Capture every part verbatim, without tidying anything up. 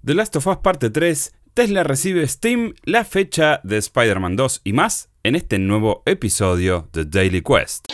The Last of Us Parte tres, Tesla recibe Steam, la fecha de Spider-Man dos y más en este nuevo episodio de Daily Quest.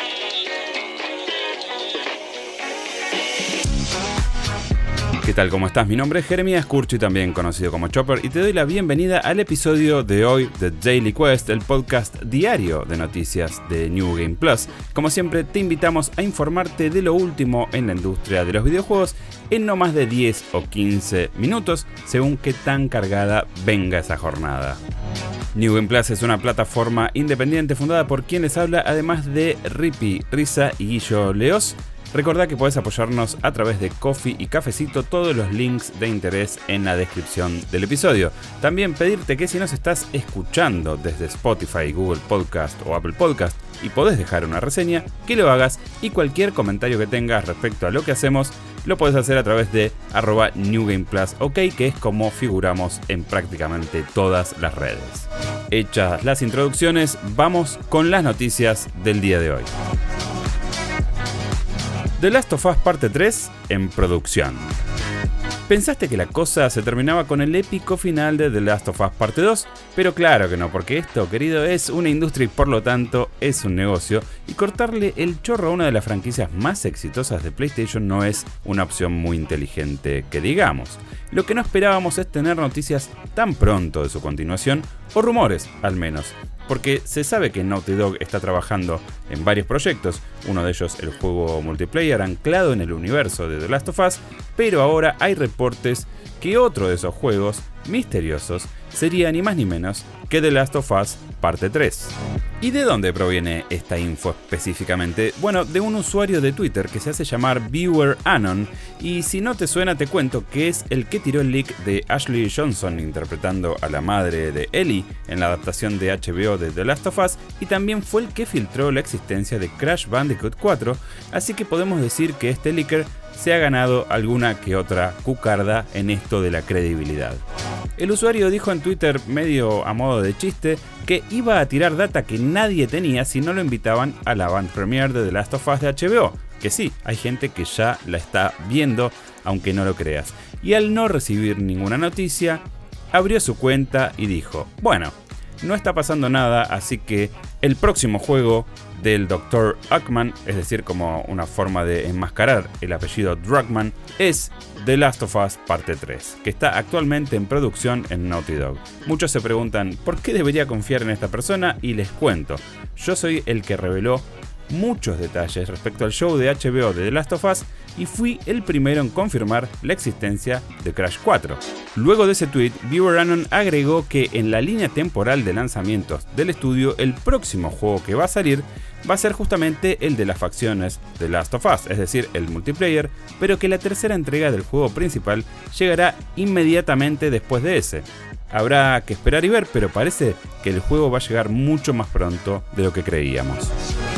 ¿Qué tal? ¿Cómo estás? Mi nombre es Jeremías Curchi, también conocido como Chopper, y te doy la bienvenida al episodio de hoy de Daily Quest, el podcast diario de noticias de New Game Plus. Como siempre, te invitamos a informarte de lo último en la industria de los videojuegos en no más de diez o quince minutos, según qué tan cargada venga esa jornada. New Game Plus es una plataforma independiente fundada por quien les habla, además de Rippy, Risa y Guillo Leos. Recordá que podés apoyarnos a través de Ko-fi y Cafecito, todos los links de interés en la descripción del episodio. También pedirte que si nos estás escuchando desde Spotify, Google Podcast o Apple Podcast y podés dejar una reseña, que lo hagas, y cualquier comentario que tengas respecto a lo que hacemos lo podés hacer a través de arroba New Game Plus OK, que es como figuramos en prácticamente todas las redes. Hechas las introducciones, vamos con las noticias del día de hoy. The Last of Us Parte tres en producción. ¿Pensaste que la cosa se terminaba con el épico final de The Last of Us Parte dos? Pero claro que no, porque esto, querido, es una industria y por lo tanto es un negocio, y cortarle el chorro a una de las franquicias más exitosas de PlayStation no es una opción muy inteligente que digamos. Lo que no esperábamos es tener noticias tan pronto de su continuación, o rumores al menos, porque se sabe que Naughty Dog está trabajando en varios proyectos, uno de ellos el juego multiplayer anclado en el universo de The Last of Us, pero ahora hay reportes que otro de esos juegos misteriosos sería ni más ni menos que The Last of Us Parte tres. ¿Y de dónde proviene esta info específicamente? Bueno, de un usuario de Twitter que se hace llamar ViewerAnon, y si no te suena te cuento que es el que tiró el leak de Ashley Johnson interpretando a la madre de Ellie en la adaptación de H B O de The Last of Us, y también fue el que filtró la existencia de Crash Bandicoot cuatro, así que podemos decir que este leaker se ha ganado alguna que otra cucarda en esto de la credibilidad. El usuario dijo en Twitter, medio a modo de chiste, que iba a tirar data que nadie tenía si no lo invitaban a la avant premiere de The Last of Us de H B O, que sí, hay gente que ya la está viendo, aunque no lo creas. Y al no recibir ninguna noticia, abrió su cuenta y dijo, bueno, no está pasando nada, así que el próximo juego del doctor Uckman, es decir, como una forma de enmascarar el apellido Druckmann, es The Last of Us Parte tres, que está actualmente en producción en Naughty Dog. Muchos se preguntan, ¿por qué debería confiar en esta persona? Y les cuento, yo soy el que reveló muchos detalles respecto al show de H B O de The Last of Us y fui el primero en confirmar la existencia de Crash cuatro. Luego de ese tweet, ViewerAnon agregó que en la línea temporal de lanzamientos del estudio, el próximo juego que va a salir va a ser justamente el de las facciones de The Last of Us, es decir, el multiplayer, pero que la tercera entrega del juego principal llegará inmediatamente después de ese. Habrá que esperar y ver, pero parece que el juego va a llegar mucho más pronto de lo que creíamos.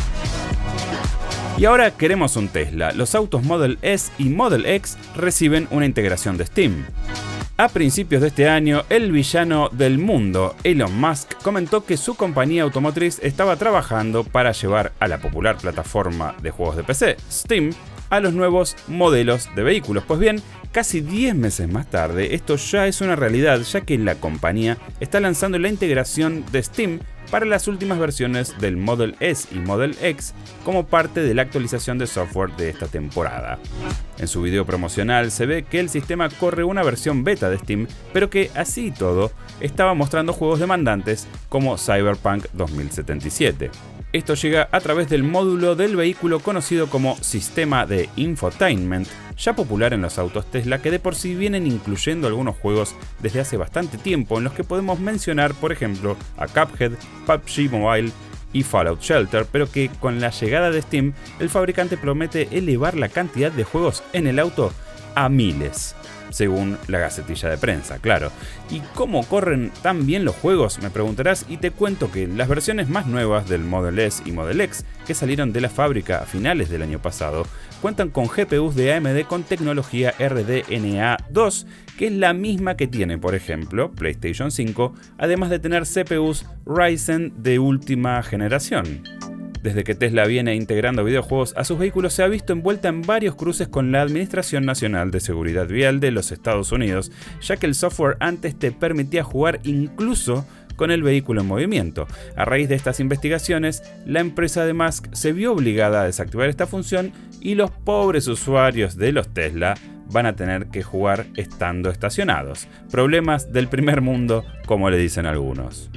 Y ahora queremos un Tesla. Los autos Model S y Model X reciben una integración de Steam. A principios de este año, el villano del mundo, Elon Musk, comentó que su compañía automotriz estaba trabajando para llevar a la popular plataforma de juegos de P C, Steam, a los nuevos modelos de vehículos. Pues bien, casi diez meses más tarde, esto ya es una realidad, ya que la compañía está lanzando la integración de Steam para las últimas versiones del Model S y Model X como parte de la actualización de software de esta temporada. En su video promocional se ve que el sistema corre una versión beta de Steam, pero que así y todo estaba mostrando juegos demandantes como Cyberpunk dos mil setenta y siete. Esto llega a través del módulo del vehículo conocido como Sistema de Infotainment, ya popular en los autos Tesla, que de por sí vienen incluyendo algunos juegos desde hace bastante tiempo, en los que podemos mencionar, por ejemplo, a Cuphead, P U B G Mobile y Fallout Shelter, pero que con la llegada de Steam, el fabricante promete elevar la cantidad de juegos en el auto a miles, según la Gacetilla de Prensa, claro. ¿Y cómo corren tan bien los juegos?, me preguntarás, y te cuento que las versiones más nuevas del Model S y Model X, que salieron de la fábrica a finales del año pasado, cuentan con G P Us de A M D con tecnología R D N A dos, que es la misma que tiene, por ejemplo, PlayStation cinco, además de tener C P Us Ryzen de última generación. Desde que Tesla viene integrando videojuegos a sus vehículos, se ha visto envuelta en varios cruces con la Administración Nacional de Seguridad Vial de los Estados Unidos, ya que el software antes te permitía jugar incluso con el vehículo en movimiento. A raíz de estas investigaciones, la empresa de Musk se vio obligada a desactivar esta función y los pobres usuarios de los Tesla van a tener que jugar estando estacionados. Problemas del primer mundo, como le dicen algunos.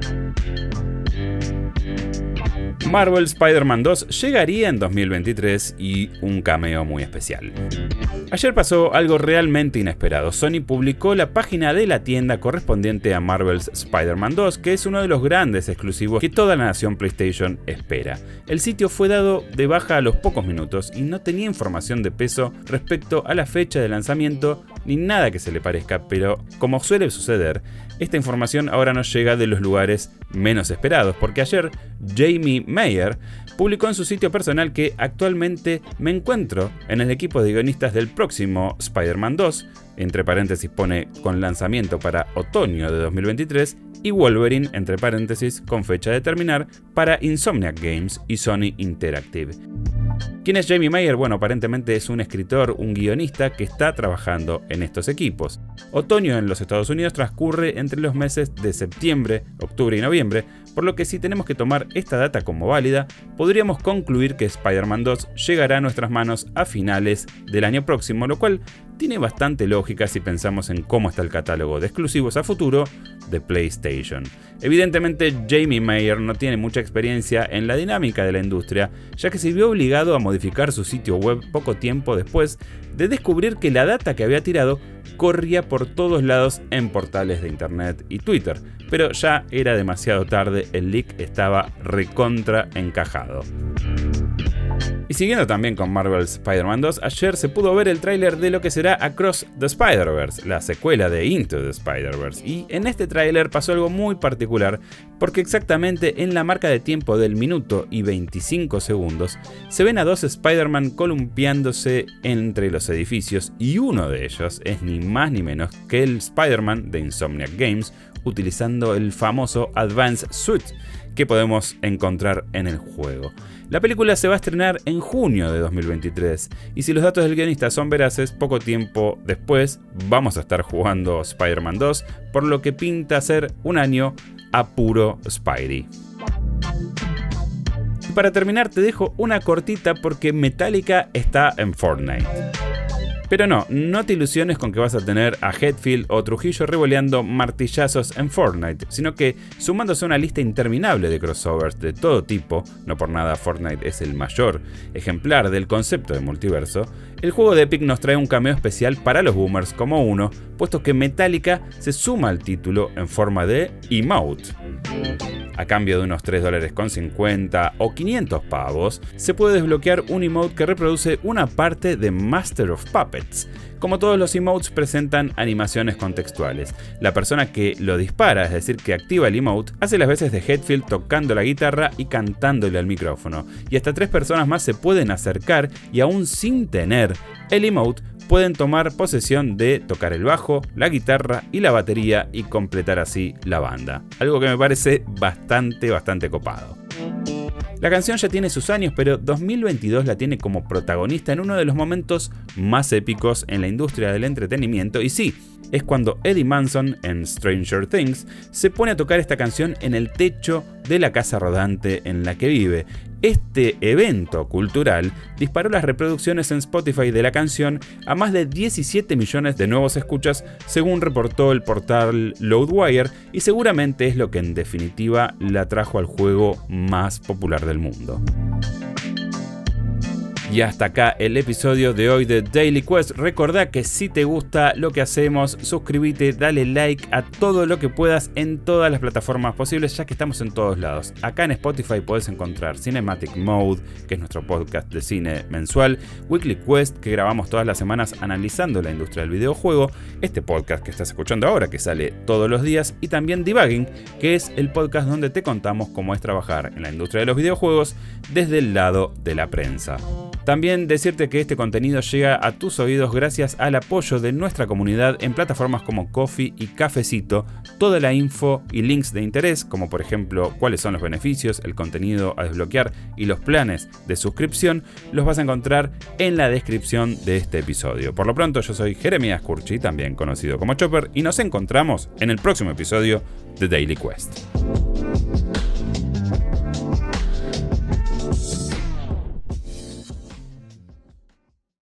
Marvel Spider-Man dos llegaría en dos mil veintitrés y un cameo muy especial. Ayer pasó algo realmente inesperado. Sony publicó la página de la tienda correspondiente a Marvel's Spider-Man dos, que es uno de los grandes exclusivos que toda la nación PlayStation espera. El sitio fue dado de baja a los pocos minutos y no tenía información de peso respecto a la fecha de lanzamiento ni nada que se le parezca, pero como suele suceder, esta información ahora nos llega de los lugares menos esperados, porque ayer Jamie Mayer publicó en su sitio personal que actualmente me encuentro en el equipo de guionistas del próximo Spider-Man dos, entre paréntesis pone con lanzamiento para otoño de dos mil veintitrés, y Wolverine, entre paréntesis, con fecha de terminar, para Insomniac Games y Sony Interactive. ¿Quién es Jamie Mayer? Bueno, aparentemente es un escritor, un guionista que está trabajando en estos equipos. Otoño en los Estados Unidos transcurre entre los meses de septiembre, octubre y noviembre, por lo que si tenemos que tomar esta data como válida, podríamos concluir que Spider-Man dos llegará a nuestras manos a finales del año próximo, lo cual tiene bastante lógica si pensamos en cómo está el catálogo de exclusivos a futuro de PlayStation. Evidentemente, Jamie Mayer no tiene mucha experiencia en la dinámica de la industria, ya que se vio obligado a modificar su sitio web poco tiempo después de descubrir que la data que había tirado corría por todos lados en portales de internet y Twitter, pero ya era demasiado tarde, el leak estaba recontra encajado. Y siguiendo también con Marvel's Spider-Man dos, ayer se pudo ver el tráiler de lo que será Across the Spider-Verse, la secuela de Into the Spider-Verse. Y en este tráiler pasó algo muy particular, porque exactamente en la marca de tiempo del minuto y veinticinco segundos, se ven a dos Spider-Man columpiándose entre los edificios, y uno de ellos es ni más ni menos que el Spider-Man de Insomniac Games, utilizando el famoso Advanced Suit que podemos encontrar en el juego. La película se va a estrenar en junio de dos mil veintitrés y si los datos del guionista son veraces, poco tiempo después vamos a estar jugando Spider-Man dos, por lo que pinta ser un año a puro Spidey. Y para terminar te dejo una cortita porque Metallica está en Fortnite. Pero no, no te ilusiones con que vas a tener a Hetfield o Trujillo revoleando martillazos en Fortnite, sino que sumándose a una lista interminable de crossovers de todo tipo, no por nada Fortnite es el mayor ejemplar del concepto de multiverso, el juego de Epic nos trae un cameo especial para los boomers como uno, puesto que Metallica se suma al título en forma de emote. A cambio de unos tres dólares con cincuenta o quinientos pavos, se puede desbloquear un emote que reproduce una parte de Master of Puppets. Como todos los emotes presentan animaciones contextuales. La persona que lo dispara, es decir, que activa el emote, hace las veces de Hetfield tocando la guitarra y cantándole al micrófono. Y hasta tres personas más se pueden acercar y aún sin tener el emote, pueden tomar posesión de tocar el bajo, la guitarra y la batería y completar así la banda. Algo que me parece bastante, bastante copado. La canción ya tiene sus años, pero dos mil veintidós la tiene como protagonista en uno de los momentos más épicos en la industria del entretenimiento. Y sí, es cuando Eddie Manson en Stranger Things se pone a tocar esta canción en el techo de la casa rodante en la que vive. Este evento cultural disparó las reproducciones en Spotify de la canción a más de diecisiete millones de nuevos escuchas, según reportó el portal Loudwire, y seguramente es lo que en definitiva la trajo al juego más popular del mundo. Y hasta acá el episodio de hoy de Daily Quest. Recordá que si te gusta lo que hacemos, suscríbete, dale like a todo lo que puedas en todas las plataformas posibles, ya que estamos en todos lados. Acá en Spotify podés encontrar Cinematic Mode, que es nuestro podcast de cine mensual, Weekly Quest, que grabamos todas las semanas analizando la industria del videojuego, este podcast que estás escuchando ahora, que sale todos los días, y también Debugging, que es el podcast donde te contamos cómo es trabajar en la industria de los videojuegos desde el lado de la prensa. También decirte que este contenido llega a tus oídos gracias al apoyo de nuestra comunidad en plataformas como Ko-fi y Cafecito. Toda la info y links de interés, como por ejemplo cuáles son los beneficios, el contenido a desbloquear y los planes de suscripción, los vas a encontrar en la descripción de este episodio. Por lo pronto, yo soy Jeremías Curchi, también conocido como Chopper, y nos encontramos en el próximo episodio de Daily Quest.